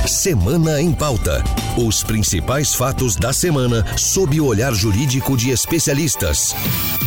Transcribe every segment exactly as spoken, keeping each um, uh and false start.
Semana em Pauta. Os principais fatos da semana sob o olhar jurídico de especialistas.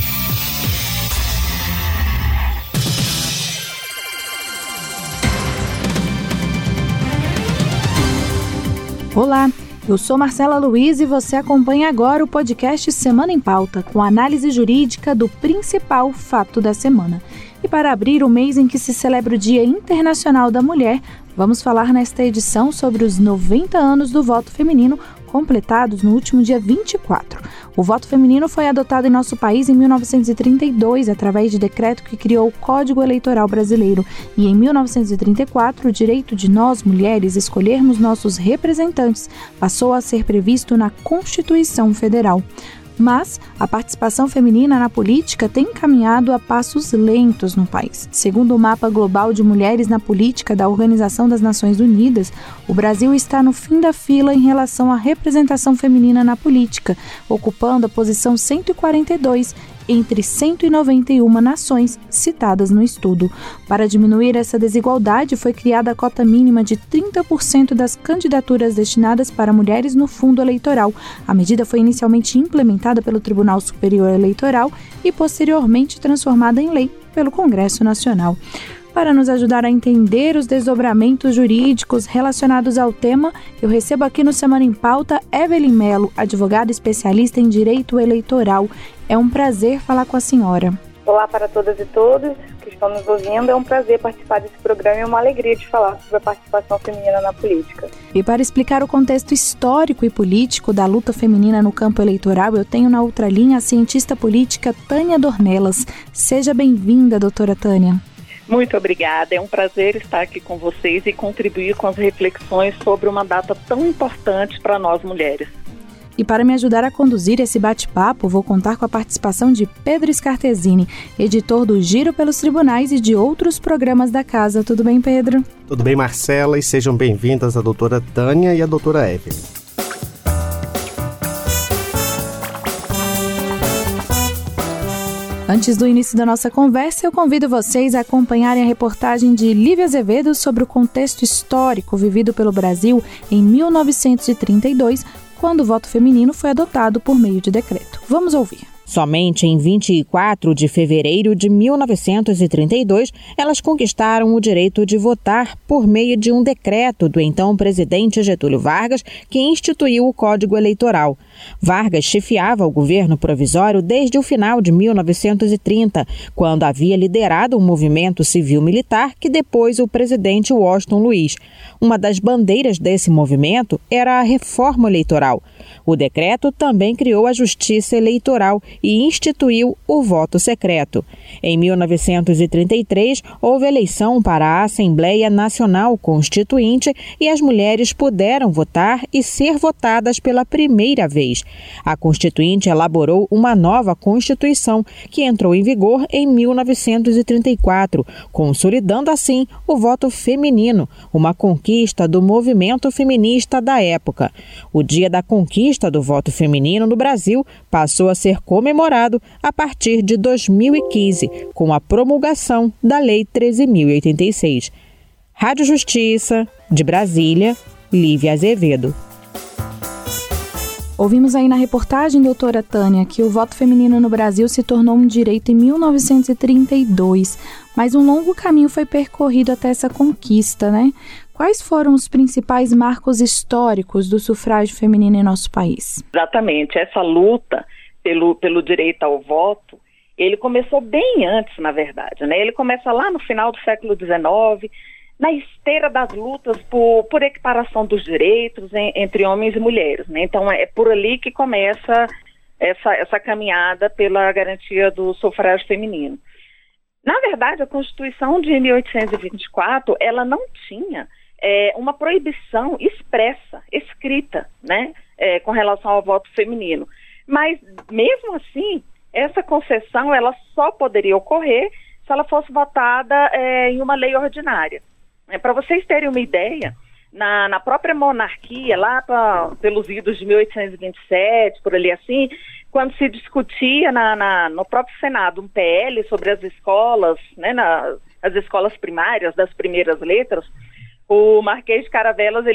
Olá, eu sou Marcela Luiz e você acompanha agora o podcast Semana em Pauta, com análise jurídica do principal fato da semana. E para abrir o mês em que se celebra o Dia Internacional da Mulher, vamos falar nesta edição sobre os noventa anos do voto feminino, completados no último dia vinte e quatro. O voto feminino foi adotado em nosso país em mil novecentos e trinta e dois, através de decreto que criou o Código Eleitoral Brasileiro. E em mil novecentos e trinta e quatro, o direito de nós, mulheres, escolhermos nossos representantes passou a ser previsto na Constituição Federal. Mas a participação feminina na política tem caminhado a passos lentos no país. Segundo o Mapa Global de Mulheres na Política da Organização das Nações Unidas, o Brasil está no fim da fila em relação à representação feminina na política, ocupando a posição cento e quarenta e dois entre cento e noventa e uma nações citadas no estudo. Para diminuir essa desigualdade, foi criada a cota mínima de trinta por cento das candidaturas destinadas para mulheres no fundo eleitoral. A medida foi inicialmente implementada pelo Tribunal Superior Eleitoral e posteriormente transformada em lei pelo Congresso Nacional. Para nos ajudar a entender os desdobramentos jurídicos relacionados ao tema, eu recebo aqui no Semana em Pauta Evelyn Mello, advogada especialista em direito eleitoral. É um prazer falar com a senhora. Olá para todas e todos que estão nos ouvindo. É um prazer participar desse programa e é uma alegria de falar sobre a participação feminina na política. E para explicar o contexto histórico e político da luta feminina no campo eleitoral, eu tenho na outra linha a cientista política Tânia Dornelas. Seja bem-vinda, doutora Tânia. Muito obrigada, é um prazer estar aqui com vocês e contribuir com as reflexões sobre uma data tão importante para nós mulheres. E para me ajudar a conduzir esse bate-papo, vou contar com a participação de Pedro Scartesini, editor do Giro pelos Tribunais e de outros programas da casa. Tudo bem, Pedro? Tudo bem, Marcela, e sejam bem-vindas a doutora Tânia e a doutora Evelyn. Antes do início da nossa conversa, eu convido vocês a acompanharem a reportagem de Lívia Azevedo sobre o contexto histórico vivido pelo Brasil em mil novecentos e trinta e dois, quando o voto feminino foi adotado por meio de decreto. Vamos ouvir. Somente em vinte e quatro de fevereiro de mil novecentos e trinta e dois, elas conquistaram o direito de votar por meio de um decreto do então presidente Getúlio Vargas, que instituiu o Código Eleitoral. Vargas chefiava o governo provisório desde o final de mil novecentos e trinta, quando havia liderado um movimento civil-militar que depois o presidente Washington Luiz. Uma das bandeiras desse movimento era a reforma eleitoral. O decreto também criou a Justiça Eleitoral e instituiu o voto secreto. Em mil novecentos e trinta e três, houve eleição para a Assembleia Nacional Constituinte e as mulheres puderam votar e ser votadas pela primeira vez. A Constituinte elaborou uma nova Constituição que entrou em vigor em mil novecentos e trinta e quatro, consolidando assim o voto feminino, uma conquista do movimento feminista da época. O Dia da Conquista do Voto Feminino no Brasil passou a ser comemorado a partir de dois mil e quinze, com a promulgação da Lei treze mil e oitenta e seis. Rádio Justiça, de Brasília, Lívia Azevedo. Ouvimos aí na reportagem, doutora Tânia, que o voto feminino no Brasil se tornou um direito em mil novecentos e trinta e dois, mas um longo caminho foi percorrido até essa conquista, né? Quais foram os principais marcos históricos do sufrágio feminino em nosso país? Exatamente, essa luta pelo, pelo direito ao voto, ele começou bem antes, na verdade, né? Ele começa lá no final do século dezenove, na esteira das lutas por, por equiparação dos direitos em, entre homens e mulheres, né? Então é por ali que começa essa, essa caminhada pela garantia do sufrágio feminino. Na verdade, a Constituição de mil oitocentos e vinte e quatro, ela não tinha é, uma proibição expressa, escrita, né, é, com relação ao voto feminino. Mas, mesmo assim, essa concessão ela só poderia ocorrer se ela fosse votada é, em uma lei ordinária. É, para vocês terem uma ideia, na, na própria monarquia, lá pra, pelos idos de mil oitocentos e vinte e sete, por ali assim, quando se discutia na, na, no próprio Senado um P L sobre as escolas, né, na, as escolas primárias das primeiras letras, o Marquês de Caravelas ele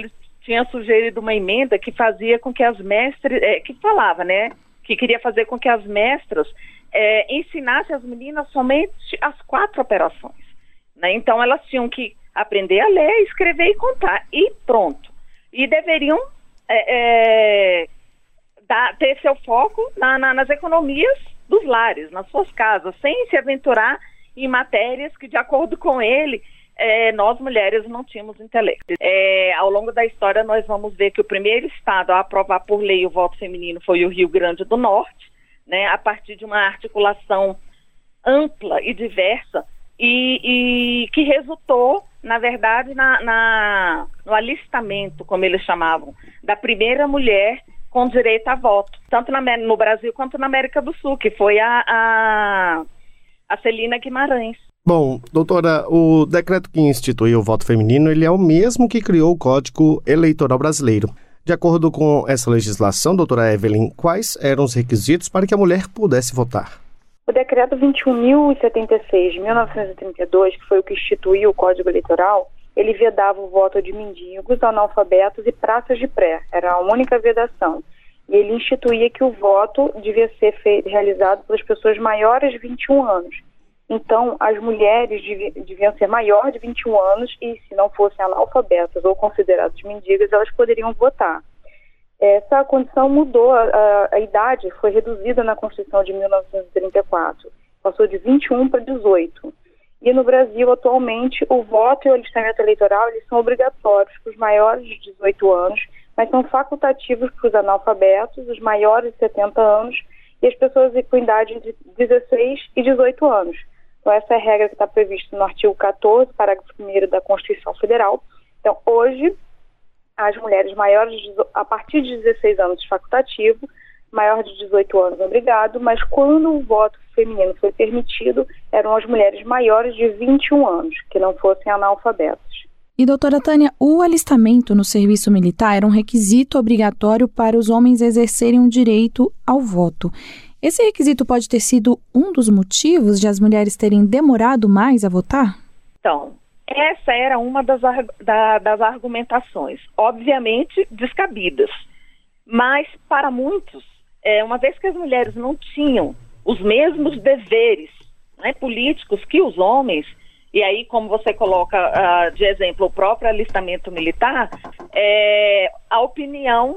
tinha sugerido uma emenda que fazia com que as mestras, é, que falava, né, que queria fazer com que as mestras é, ensinassem as meninas somente as quatro operações, né? Então elas tinham que aprender a ler, escrever e contar, e pronto. E deveriam é, é, dar, ter seu foco na, na, nas economias dos lares, nas suas casas, sem se aventurar em matérias que, de acordo com ele, é, nós mulheres não tínhamos intelecto. É, ao longo da história nós vamos ver que o primeiro estado a aprovar por lei o voto feminino foi o Rio Grande do Norte, né, a partir de uma articulação ampla e diversa, e, e que resultou, na verdade, na, na, no alistamento, como eles chamavam, da primeira mulher com direito a voto, tanto na, no Brasil quanto na América do Sul, que foi a, a, a Celina Guimarães. Bom, doutora, o decreto que instituiu o voto feminino, ele é o mesmo que criou o Código Eleitoral Brasileiro. De acordo com essa legislação, doutora Evelyn, quais eram os requisitos para que a mulher pudesse votar? O decreto vinte e um mil e setenta e seis de mil novecentos e trinta e dois, que foi o que instituiu o Código Eleitoral, ele vedava o voto de mendigos, analfabetos e praças de pré. Era a única vedação. E ele instituía que o voto devia ser feito, realizado pelas pessoas maiores de vinte e um anos. Então, as mulheres deviam, deviam ser maiores de vinte e um anos e, se não fossem analfabetas ou consideradas mendigas, elas poderiam votar. Essa condição mudou, a, a, a idade foi reduzida na Constituição de mil novecentos e trinta e quatro, passou de vinte e um para dezoito. E no Brasil, atualmente, o voto e o alistamento eleitoral eles são obrigatórios para os maiores de dezoito anos, mas são facultativos para os analfabetos, os maiores de setenta anos e as pessoas com idade de dezesseis e dezoito anos. Então, essa é a regra que está prevista no artigo quatorze, parágrafo primeiro da Constituição Federal. Então, hoje, as mulheres maiores de, a partir de dezesseis anos facultativo, maior de dezoito anos obrigado, mas quando o voto feminino foi permitido, eram as mulheres maiores de vinte e um anos, que não fossem analfabetas. E, doutora Tânia, o alistamento no serviço militar era um requisito obrigatório para os homens exercerem o direito ao voto. Esse requisito pode ter sido um dos motivos de as mulheres terem demorado mais a votar? Então, essa era uma das, da, das argumentações, obviamente descabidas, mas para muitos, é, uma vez que as mulheres não tinham os mesmos deveres, né, políticos que os homens, e aí, como você coloca uh, de exemplo o próprio alistamento militar, é, a opinião,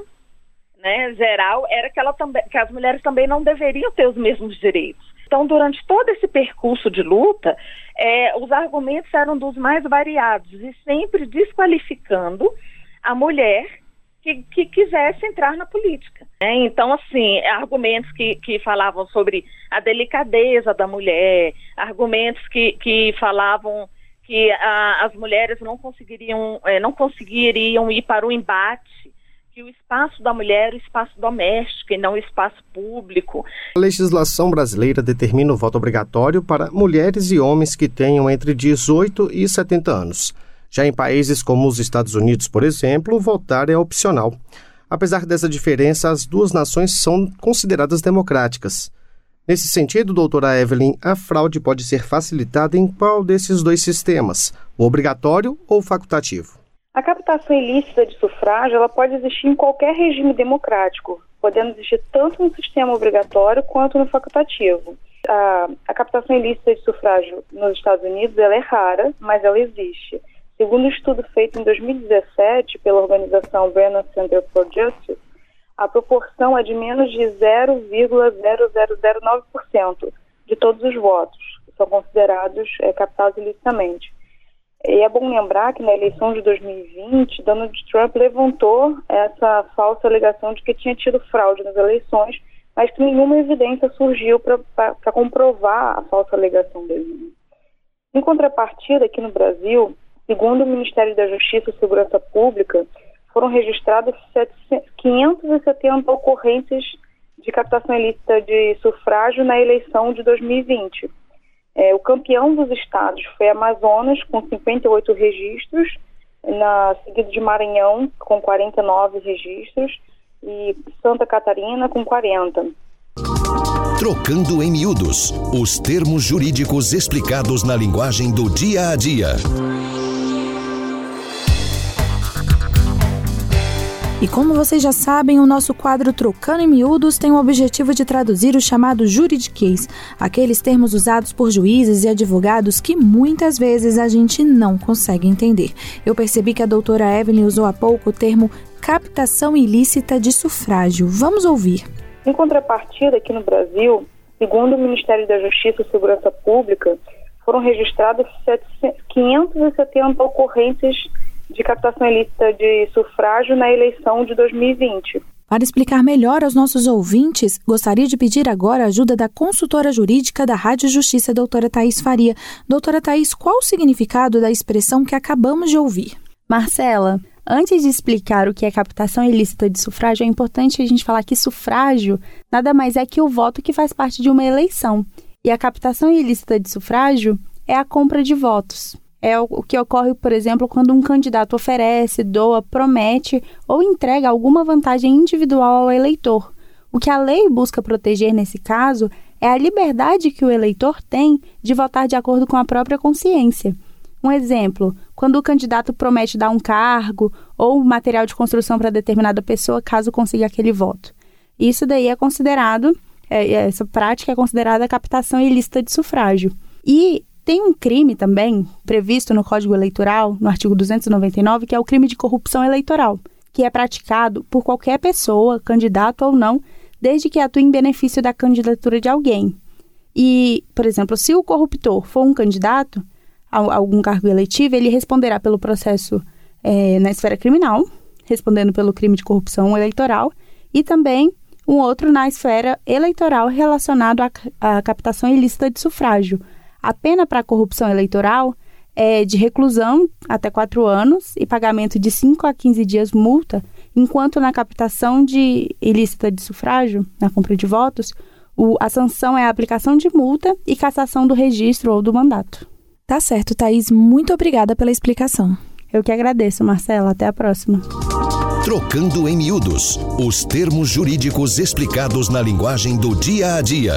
né, geral era que, ela também, que as mulheres também não deveriam ter os mesmos direitos. Então, durante todo esse percurso de luta, é, os argumentos eram dos mais variados e sempre desqualificando a mulher que, que quisesse entrar na política, né? Então, assim, argumentos que, que falavam sobre a delicadeza da mulher, argumentos que, que falavam que a, as mulheres não conseguiriam, é, não conseguiriam ir para o embate, que o espaço da mulher é o espaço doméstico e não o espaço público. A legislação brasileira determina o voto obrigatório para mulheres e homens que tenham entre dezoito e setenta anos. Já em países como os Estados Unidos, por exemplo, votar é opcional. Apesar dessa diferença, as duas nações são consideradas democráticas. Nesse sentido, doutora Evelyn, a fraude pode ser facilitada em qual desses dois sistemas, o obrigatório ou o facultativo? A captação ilícita de sufrágio ela pode existir em qualquer regime democrático, podendo existir tanto no sistema obrigatório quanto no facultativo. A, a captação ilícita de sufrágio nos Estados Unidos ela é rara, mas ela existe. Segundo um estudo feito em dois mil e dezessete pela organização Brennan Center for Justice, a proporção é de menos de zero vírgula zero zero zero nove por cento de todos os votos que são considerados é, captados ilicitamente. E é bom lembrar que na eleição de dois mil e vinte, Donald Trump levantou essa falsa alegação de que tinha tido fraude nas eleições, mas que nenhuma evidência surgiu para comprovar a falsa alegação dele. Em contrapartida, aqui no Brasil, segundo o Ministério da Justiça e Segurança Pública, foram registradas quinhentas e setenta ocorrências de captação ilícita de sufrágio na eleição de dois mil e vinte. É, o campeão dos estados foi Amazonas, com cinquenta e oito registros, na, seguido de Maranhão, com quarenta e nove registros, e Santa Catarina, com quarenta. Trocando em miúdos, os termos jurídicos explicados na linguagem do dia a dia. E como vocês já sabem, o nosso quadro Trocando em Miúdos tem o objetivo de traduzir o chamado juridiquês, aqueles termos usados por juízes e advogados que muitas vezes a gente não consegue entender. Eu percebi que a doutora Evelyn usou há pouco o termo captação ilícita de sufrágio. Vamos ouvir. Em contrapartida, aqui no Brasil, segundo o Ministério da Justiça e Segurança Pública, foram registradas quinhentas e setenta ocorrências de captação ilícita de sufrágio na eleição de dois mil e vinte. Para explicar melhor aos nossos ouvintes, gostaria de pedir agora a ajuda da consultora jurídica da Rádio Justiça, doutora Thaís Faria. Doutora Thaís, qual o significado da expressão que acabamos de ouvir? Marcela, antes de explicar o que é captação ilícita de sufrágio, é importante a gente falar que sufrágio nada mais é que o voto que faz parte de uma eleição. E a captação ilícita de sufrágio é a compra de votos. É o que ocorre, por exemplo, quando um candidato oferece, doa, promete ou entrega alguma vantagem individual ao eleitor. O que a lei busca proteger nesse caso é a liberdade que o eleitor tem de votar de acordo com a própria consciência. Um exemplo, quando o candidato promete dar um cargo ou material de construção para determinada pessoa caso consiga aquele voto. Isso daí é considerado, é, essa prática é considerada captação ilícita de sufrágio. E tem um crime também previsto no Código Eleitoral, no artigo duzentos e noventa e nove, que é o crime de corrupção eleitoral, que é praticado por qualquer pessoa, candidato ou não, desde que atue em benefício da candidatura de alguém. E, por exemplo, se o corruptor for um candidato a algum cargo eletivo, ele responderá pelo processo é, na esfera criminal, respondendo pelo crime de corrupção eleitoral, e também um outro na esfera eleitoral relacionado à, à captação ilícita de sufrágio. A pena para a corrupção eleitoral é de reclusão até quatro anos e pagamento de cinco a quinze dias multa, enquanto na captação de ilícita de sufrágio, na compra de votos, o, a sanção é a aplicação de multa e cassação do registro ou do mandato. Tá certo, Thaís. Muito obrigada pela explicação. Eu que agradeço, Marcela. Até a próxima. Trocando em Miúdos. Os termos jurídicos explicados na linguagem do dia a dia.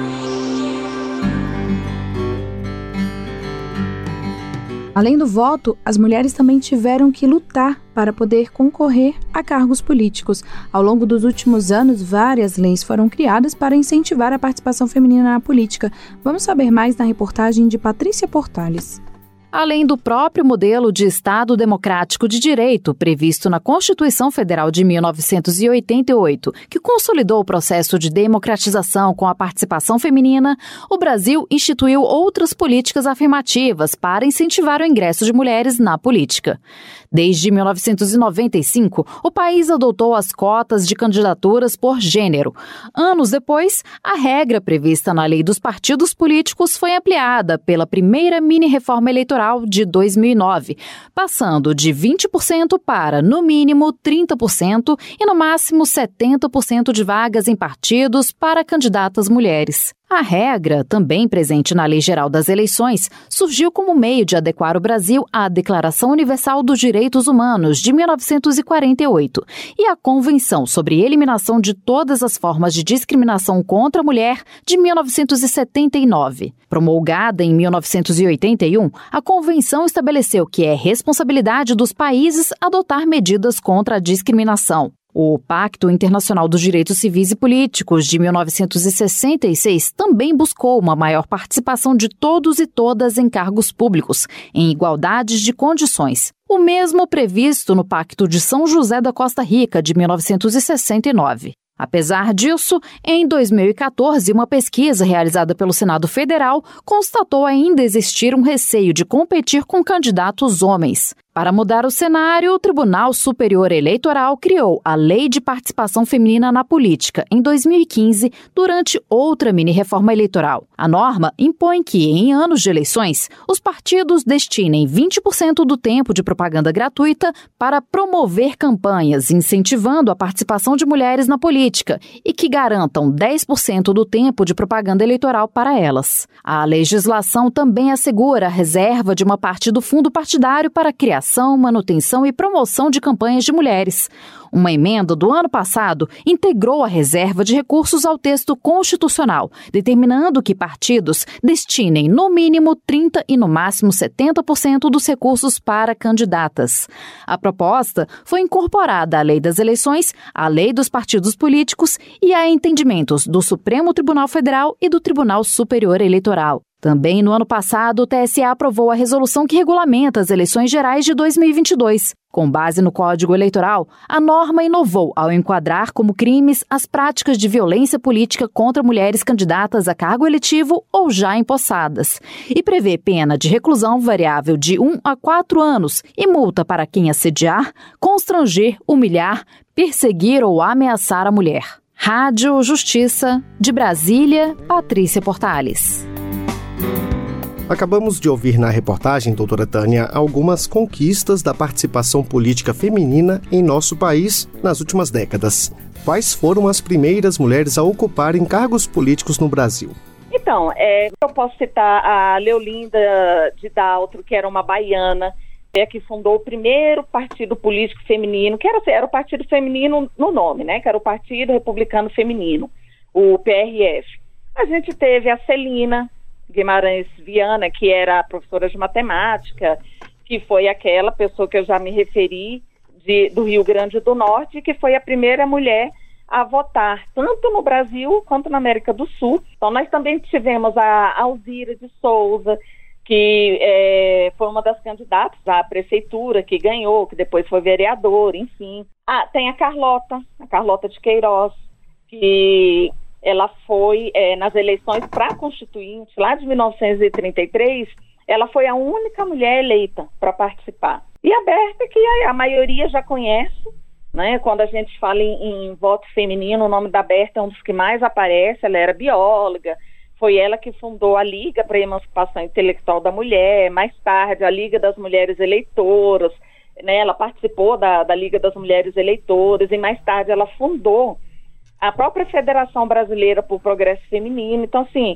Além do voto, as mulheres também tiveram que lutar para poder concorrer a cargos políticos. Ao longo dos últimos anos, várias leis foram criadas para incentivar a participação feminina na política. Vamos saber mais na reportagem de Patrícia Portales. Além do próprio modelo de Estado democrático de direito previsto na Constituição Federal de mil novecentos e oitenta e oito, que consolidou o processo de democratização com a participação feminina, o Brasil instituiu outras políticas afirmativas para incentivar o ingresso de mulheres na política. Desde mil novecentos e noventa e cinco, o país adotou as cotas de candidaturas por gênero. Anos depois, a regra prevista na Lei dos Partidos Políticos foi ampliada pela primeira mini-reforma eleitoral de dois mil e nove, passando de vinte por cento para, no mínimo, trinta por cento e, no máximo, setenta por cento de vagas em partidos para candidatas mulheres. A regra, também presente na Lei Geral das Eleições, surgiu como meio de adequar o Brasil à Declaração Universal dos Direitos Humanos de mil novecentos e quarenta e oito e à Convenção sobre Eliminação de Todas as Formas de Discriminação contra a Mulher de mil novecentos e setenta e nove. Promulgada em mil novecentos e oitenta e um, a Convenção estabeleceu que é responsabilidade dos países adotar medidas contra a discriminação. O Pacto Internacional dos Direitos Civis e Políticos de mil novecentos e sessenta e seis também buscou uma maior participação de todos e todas em cargos públicos, em igualdade de condições. O mesmo previsto no Pacto de São José da Costa Rica de mil novecentos e sessenta e nove. Apesar disso, em dois mil e quatorze, uma pesquisa realizada pelo Senado Federal constatou ainda existir um receio de competir com candidatos homens. Para mudar o cenário, o Tribunal Superior Eleitoral criou a Lei de Participação Feminina na Política em dois mil e quinze, durante outra mini-reforma eleitoral. A norma impõe que, em anos de eleições, os partidos destinem vinte por cento do tempo de propaganda gratuita para promover campanhas, incentivando a participação de mulheres na política e que garantam dez por cento do tempo de propaganda eleitoral para elas. A legislação também assegura a reserva de uma parte do fundo partidário para a criação criação, manutenção e promoção de campanhas de mulheres. Uma emenda do ano passado integrou a reserva de recursos ao texto constitucional, determinando que partidos destinem no mínimo trinta por cento e no máximo setenta por cento dos recursos para candidatas. A proposta foi incorporada à Lei das Eleições, à Lei dos Partidos Políticos e a entendimentos do Supremo Tribunal Federal e do Tribunal Superior Eleitoral. Também no ano passado, o T S E aprovou a resolução que regulamenta as eleições gerais de dois mil e vinte e dois. Com base no Código Eleitoral, a norma inovou ao enquadrar como crimes as práticas de violência política contra mulheres candidatas a cargo eletivo ou já empossadas, e prevê pena de reclusão variável de um a quatro anos e multa para quem assediar, constranger, humilhar, perseguir ou ameaçar a mulher. Rádio Justiça, de Brasília, Patrícia Portales. Acabamos de ouvir na reportagem, doutora Tânia, algumas conquistas da participação política feminina em nosso país nas últimas décadas. Quais foram as primeiras mulheres a ocuparem cargos políticos no Brasil? Então, é, eu posso citar a Leolinda de Daltro, que era uma baiana, é, que fundou o primeiro partido político feminino, que era, era o partido feminino no nome, né? Que era o Partido Republicano Feminino, o P R F. A gente teve a Celina Guimarães Viana, que era professora de matemática, que foi aquela pessoa que eu já me referi, de, do Rio Grande do Norte, que foi a primeira mulher a votar, tanto no Brasil quanto na América do Sul. Então, nós também tivemos a Alzira de Souza, que é, foi uma das candidatas à prefeitura, que ganhou, que depois foi vereadora, enfim. Ah, tem a Carlota, a Carlota de Queiroz, que ela foi, é, nas eleições para constituinte, lá de mil novecentos e trinta e três, ela foi a única mulher eleita para participar. E a Berta, que a, a maioria já conhece, né? Quando a gente fala em, em voto feminino, o nome da Berta é um dos que mais aparece. Ela era bióloga, foi ela que fundou a Liga para a Emancipação Intelectual da Mulher, mais tarde a Liga das Mulheres Eleitoras, né? Ela participou da, da Liga das Mulheres Eleitoras e mais tarde ela fundou a própria Federação Brasileira por Progresso Feminino. Então, assim,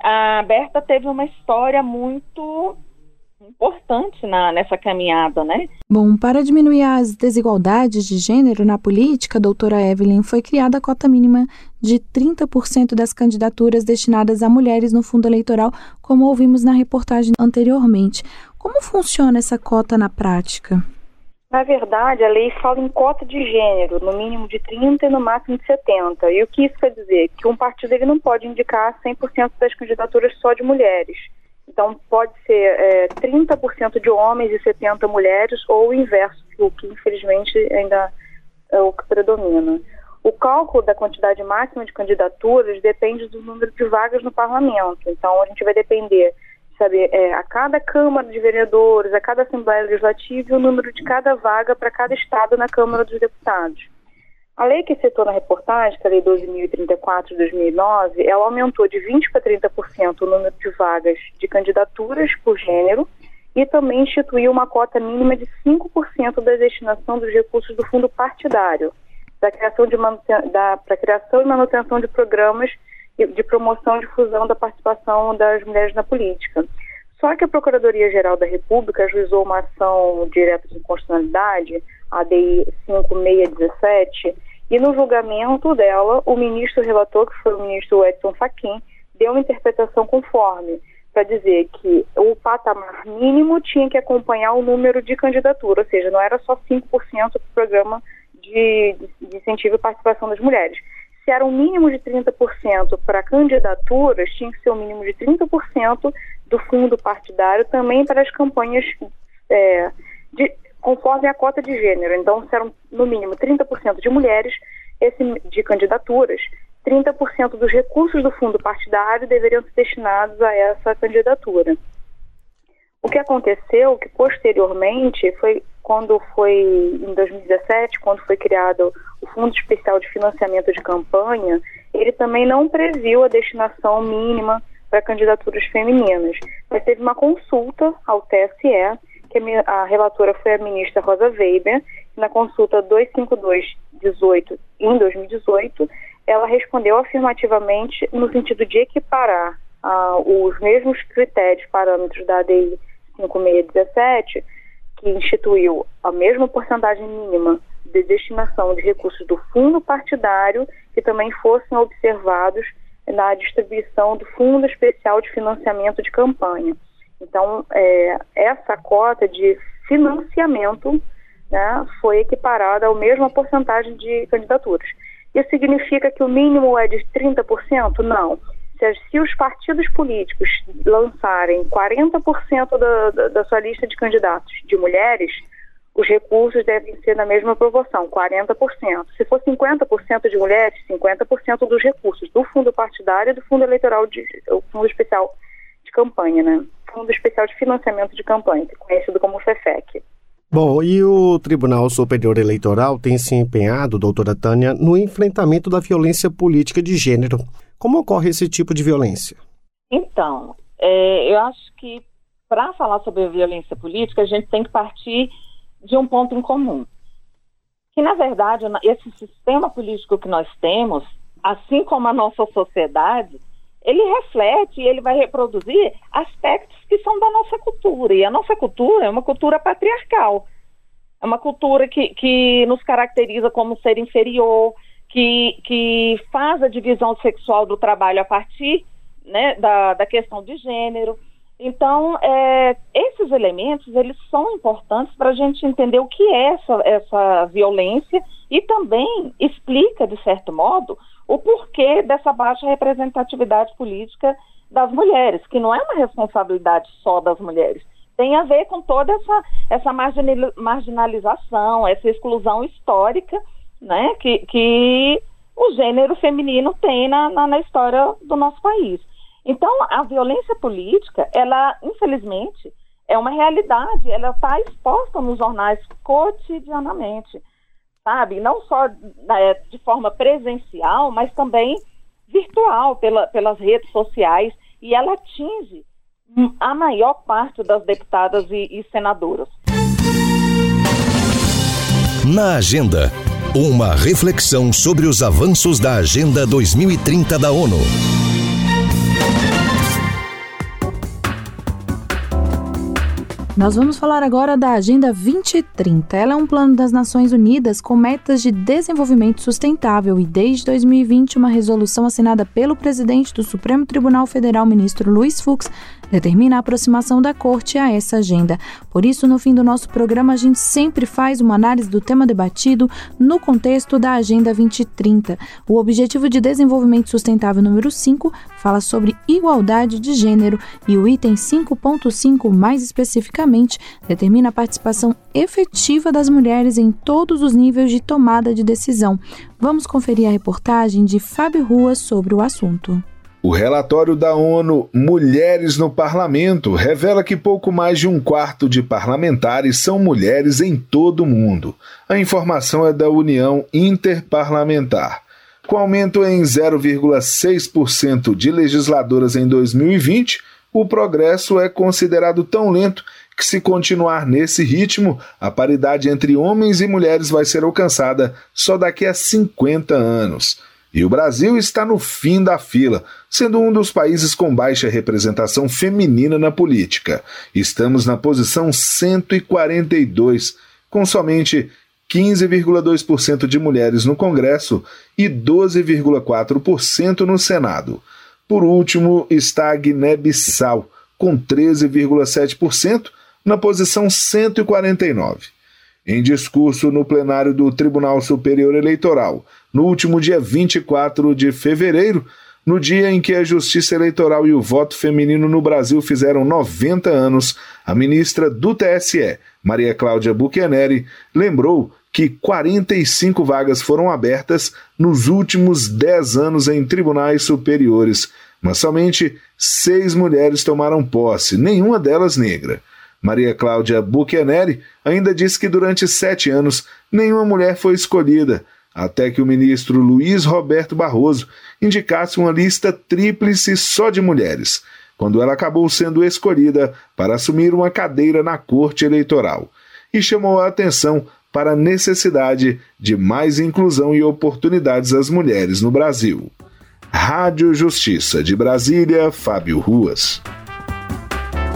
a Berta teve uma história muito importante na, nessa caminhada, né? Bom, para diminuir as desigualdades de gênero na política, doutora Evelyn, foi criada a cota mínima de trinta por cento das candidaturas destinadas a mulheres no fundo eleitoral, como ouvimos na reportagem anteriormente. Como funciona essa cota na prática? Na verdade, a lei fala em cota de gênero, no mínimo de trinta e no máximo de setenta. E o que isso quer dizer? Que um partido ele não pode indicar cem por cento das candidaturas só de mulheres. Então, pode ser é, trinta por cento de homens e setenta por cento mulheres, ou o inverso, o que infelizmente ainda é o que predomina. O cálculo da quantidade máxima de candidaturas depende do número de vagas no parlamento. Então, a gente vai depender saber é, a cada Câmara de Vereadores, a cada Assembleia Legislativa e o número de cada vaga para cada estado na Câmara dos Deputados. A lei que citou na reportagem, que é a Lei doze mil e trinta e quatro de dois mil e nove, ela aumentou de vinte para trinta por cento o número de vagas de candidaturas por gênero e também instituiu uma cota mínima de cinco por cento da destinação dos recursos do fundo partidário para criação, de manuten- da, para criação e manutenção de programas de promoção e difusão da participação das mulheres na política. Só que a Procuradoria-Geral da República ajuizou uma ação direta de inconstitucionalidade, a D I cinco mil seiscentos e dezessete, e no julgamento dela, o ministro relator, que foi o ministro Edson Fachin, deu uma interpretação conforme, para dizer que o patamar mínimo tinha que acompanhar o número de candidatura, ou seja, não era só cinco por cento do programa de, de incentivo e participação das mulheres. Se era um mínimo de trinta por cento para candidaturas, tinha que ser um mínimo de trinta por cento do fundo partidário também para as campanhas é, de, conforme a cota de gênero. Então, se eram no mínimo trinta por cento de mulheres esse, de candidaturas, trinta por cento dos recursos do fundo partidário deveriam ser destinados a essa candidatura. O que aconteceu, que posteriormente, foi quando foi em dois mil e dezessete, quando foi criado o Fundo Especial de Financiamento de Campanha, ele também não previu a destinação mínima para candidaturas femininas. Mas teve uma consulta ao T S E, que a relatora foi a ministra Rosa Weber, e na consulta duzentos e cinquenta e dois dezoito, em dois mil e dezoito, ela respondeu afirmativamente no sentido de equiparar uh, os mesmos critérios, parâmetros da D I cinco mil seiscentos e dezessete, que instituiu a mesma porcentagem mínima de destinação de recursos do fundo partidário, que também fossem observados na distribuição do Fundo Especial de Financiamento de Campanha. Então, é, essa cota de financiamento, né, foi equiparada à mesma porcentagem de candidaturas. Isso significa que o mínimo é de trinta por cento? Não. Se, se os partidos políticos lançarem quarenta por cento da, da, da sua lista de candidatos de mulheres, os recursos devem ser na mesma proporção, quarenta por cento. Se for cinquenta por cento de mulheres, cinquenta por cento dos recursos do fundo partidário e do fundo eleitoral, de, o fundo especial de campanha, né? Fundo Especial de Financiamento de Campanha, conhecido como FEFEC. Bom, e o Tribunal Superior Eleitoral tem se empenhado, doutora Tânia, no enfrentamento da violência política de gênero. Como ocorre esse tipo de violência? Então, é, eu acho que para falar sobre a violência política, a gente tem que partir de um ponto em comum. Que, na verdade, esse sistema político que nós temos, assim como a nossa sociedade, ele reflete e ele vai reproduzir aspectos que são da nossa cultura. E a nossa cultura é uma cultura patriarcal. É uma cultura que, que nos caracteriza como ser inferior, que, que faz a divisão sexual do trabalho a partir, né, da, da questão de gênero. Então, é, esses elementos, eles são importantes para a gente entender o que é essa, essa violência e também explica, de certo modo, o porquê dessa baixa representatividade política das mulheres, que não é uma responsabilidade só das mulheres. Tem a ver com toda essa, essa marginalização, essa exclusão histórica, né, que, que o gênero feminino tem na, na, na história do nosso país. Então, a violência política, ela, infelizmente, é uma realidade, ela está exposta nos jornais cotidianamente, sabe? Não só é, de forma presencial, mas também virtual, pela, pelas redes sociais, e ela atinge a maior parte das deputadas e, e senadoras. Na Agenda, uma reflexão sobre os avanços da Agenda dois mil e trinta da ONU. Nós vamos falar agora da Agenda vinte trinta. Ela é um plano das Nações Unidas com metas de desenvolvimento sustentável e, desde dois mil e vinte, uma resolução assinada pelo presidente do Supremo Tribunal Federal, ministro Luiz Fux, determina a aproximação da Corte a essa agenda. Por isso, no fim do nosso programa, a gente sempre faz uma análise do tema debatido no contexto da Agenda vinte trinta. O Objetivo de Desenvolvimento Sustentável número cinco fala sobre igualdade de gênero e o item cinco ponto cinco, mais especificamente, determina a participação efetiva das mulheres em todos os níveis de tomada de decisão. Vamos conferir a reportagem de Fábio Ruas sobre o assunto. O relatório da ONU Mulheres no Parlamento revela que pouco mais de um quarto de parlamentares são mulheres em todo o mundo. A informação é da União Interparlamentar. Com aumento em zero vírgula seis por cento de legisladoras em dois mil e vinte, o progresso é considerado tão lento que, se continuar nesse ritmo, a paridade entre homens e mulheres vai ser alcançada só daqui a cinquenta anos. E o Brasil está no fim da fila, sendo um dos países com baixa representação feminina na política. Estamos na posição cento e quarenta e dois, com somente quinze vírgula dois por cento de mulheres no Congresso e doze vírgula quatro por cento no Senado. Por último está a Guiné-Bissau, com treze vírgula sete por cento, na posição cento e quarenta e nove. Em discurso no plenário do Tribunal Superior Eleitoral, no último dia vinte e quatro de fevereiro, no dia em que a Justiça Eleitoral e o voto feminino no Brasil fizeram noventa anos, a ministra do T S E, Maria Cláudia Buchianeri, lembrou que quarenta e cinco vagas foram abertas nos últimos dez anos em tribunais superiores, mas somente seis mulheres tomaram posse, nenhuma delas negra. Maria Cláudia Buchianeri ainda disse que durante sete anos nenhuma mulher foi escolhida, até que o ministro Luiz Roberto Barroso indicasse uma lista tríplice só de mulheres, quando ela acabou sendo escolhida para assumir uma cadeira na Corte Eleitoral, e chamou a atenção para a necessidade de mais inclusão e oportunidades às mulheres no Brasil. Rádio Justiça de Brasília, Fábio Ruas.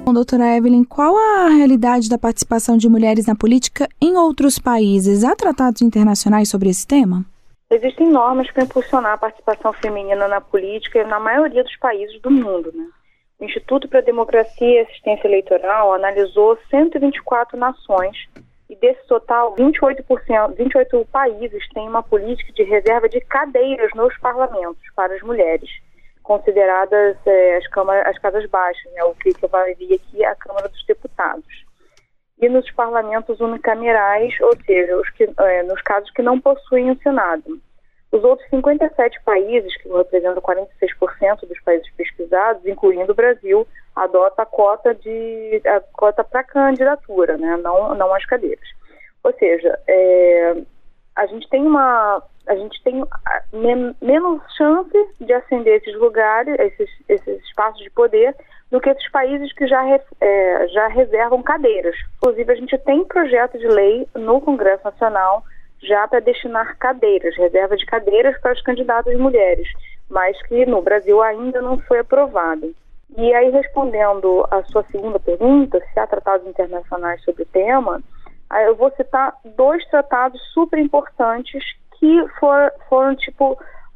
Bom, doutora Evelyn, qual a realidade da participação de mulheres na política em outros países? Há tratados internacionais sobre esse tema? Existem normas para impulsionar a participação feminina na política na maioria dos países do mundo, né? O Instituto para a Democracia e Assistência Eleitoral analisou cento e vinte e quatro nações e desse total, vinte e oito por cento, vinte e oito países têm uma política de reserva de cadeiras nos parlamentos para as mulheres, consideradas é, as, câmaras, as casas baixas, né, o que valeria aqui a Câmara dos Deputados. E nos parlamentos unicamerais, ou seja, os que, é, nos casos que não possuem o Senado. Os outros cinquenta e sete países, que representam quarenta e seis por cento dos países pesquisados, incluindo o Brasil, adota a cota de a cota para candidatura, né? não, não as cadeiras. Ou seja, é, a gente tem uma a gente tem men, menos chance de ascender esses lugares, esses, esses espaços de poder, do que esses países que já, é, já reservam cadeiras. Inclusive, a gente tem projeto de lei no Congresso Nacional já para destinar cadeiras, reserva de cadeiras para as candidatas mulheres, mas que no Brasil ainda não foi aprovado. E aí, respondendo a sua segunda pergunta, se há tratados internacionais sobre o tema, eu vou citar dois tratados super importantes que for, foram, tipo,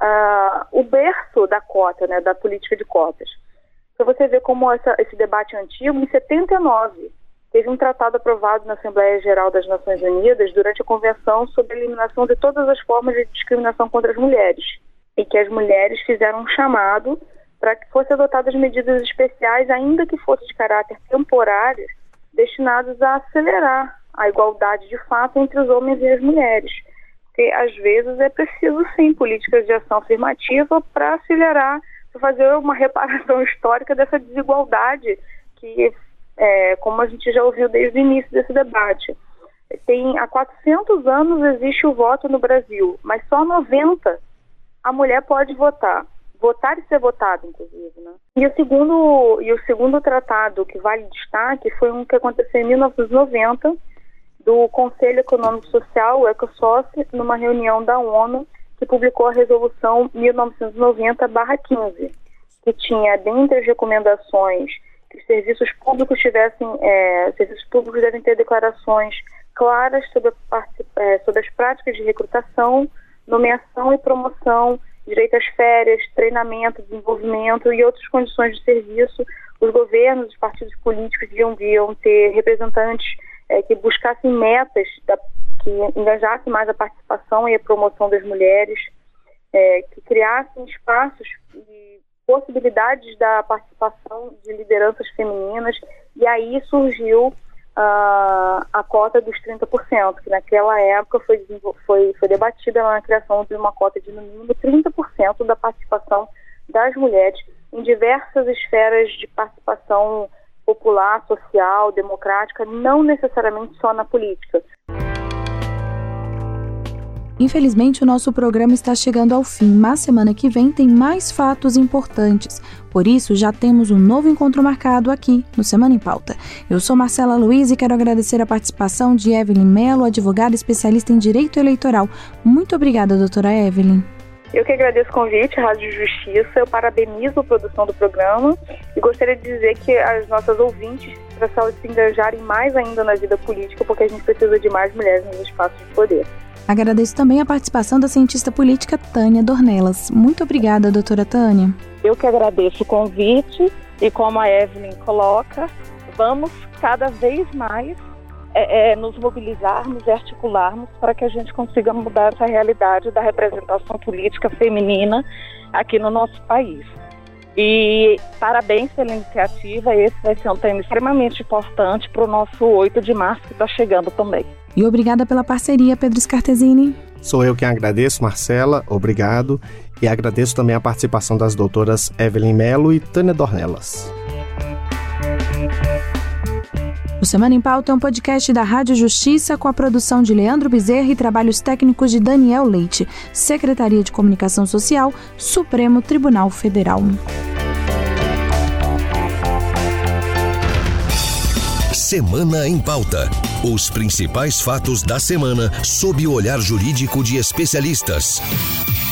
uh, o berço da cota, né, da política de cotas. Para você ver como essa, esse debate é antigo, em setenta e nove, teve um tratado aprovado na Assembleia Geral das Nações Unidas durante a Convenção sobre a Eliminação de todas as formas de discriminação contra as mulheres, e que as mulheres fizeram um chamado para que fossem adotadas medidas especiais, ainda que fossem de caráter temporário, destinadas a acelerar a igualdade de fato entre os homens e as mulheres. Porque, às vezes, é preciso, sim, políticas de ação afirmativa para acelerar, para fazer uma reparação histórica dessa desigualdade que, é, como a gente já ouviu desde o início desse debate, tem, há quatrocentos anos existe o voto no Brasil, mas só noventa a mulher pode votar. Votar e ser votada, inclusive, né? E o segundo, e o segundo tratado que vale destaque foi um que aconteceu em mil novecentos e noventa, do Conselho Econômico e Social, o ECOSOC, numa reunião da ONU, que publicou a resolução mil novecentos e noventa barra quinze, que tinha, dentre as recomendações, que os serviços públicos tivessem, é, serviços públicos devem ter declarações claras sobre, a, é, sobre as práticas de recrutação, nomeação e promoção, direito às férias, treinamento, desenvolvimento e outras condições de serviço. Os governos, os partidos políticos deviam, deviam ter representantes é, que buscassem metas, da, que engajassem mais a participação e a promoção das mulheres, é, que criassem espaços e possibilidades da participação de lideranças femininas, e aí surgiu uh, a cota dos trinta por cento, que naquela época foi, foi, foi debatida na criação de uma cota de no mínimo trinta por cento da participação das mulheres em diversas esferas de participação popular, social, democrática, não necessariamente só na política. Infelizmente, o nosso programa está chegando ao fim, mas semana que vem tem mais fatos importantes. Por isso, já temos um novo encontro marcado aqui no Semana em Pauta. Eu sou Marcela Luiz e quero agradecer a participação de Evelyn Mello, advogada especialista em Direito Eleitoral. Muito obrigada, doutora Evelyn. Eu que agradeço o convite, Rádio Justiça. Eu parabenizo a produção do programa e gostaria de dizer que as nossas ouvintes precisam se engajarem mais ainda na vida política, porque a gente precisa de mais mulheres nos espaços de poder. Agradeço também a participação da cientista política Tânia Dornelas. Muito obrigada, doutora Tânia. Eu que agradeço o convite e, como a Evelyn coloca, vamos cada vez mais é, é, nos mobilizarmos e articularmos para que a gente consiga mudar essa realidade da representação política feminina aqui no nosso país. E parabéns pela iniciativa, esse vai ser um tema extremamente importante para o nosso oito de março, que está chegando também. E obrigada pela parceria, Pedro Scartesini. Sou eu quem agradeço, Marcela, obrigado. E agradeço também a participação das doutoras Evelyn Mello e Tânia Dornelas. O Semana em Pauta é um podcast da Rádio Justiça com a produção de Leandro Bezerra e trabalhos técnicos de Daniel Leite, Secretaria de Comunicação Social, Supremo Tribunal Federal. Semana em Pauta. Os principais fatos da semana sob o olhar jurídico de especialistas.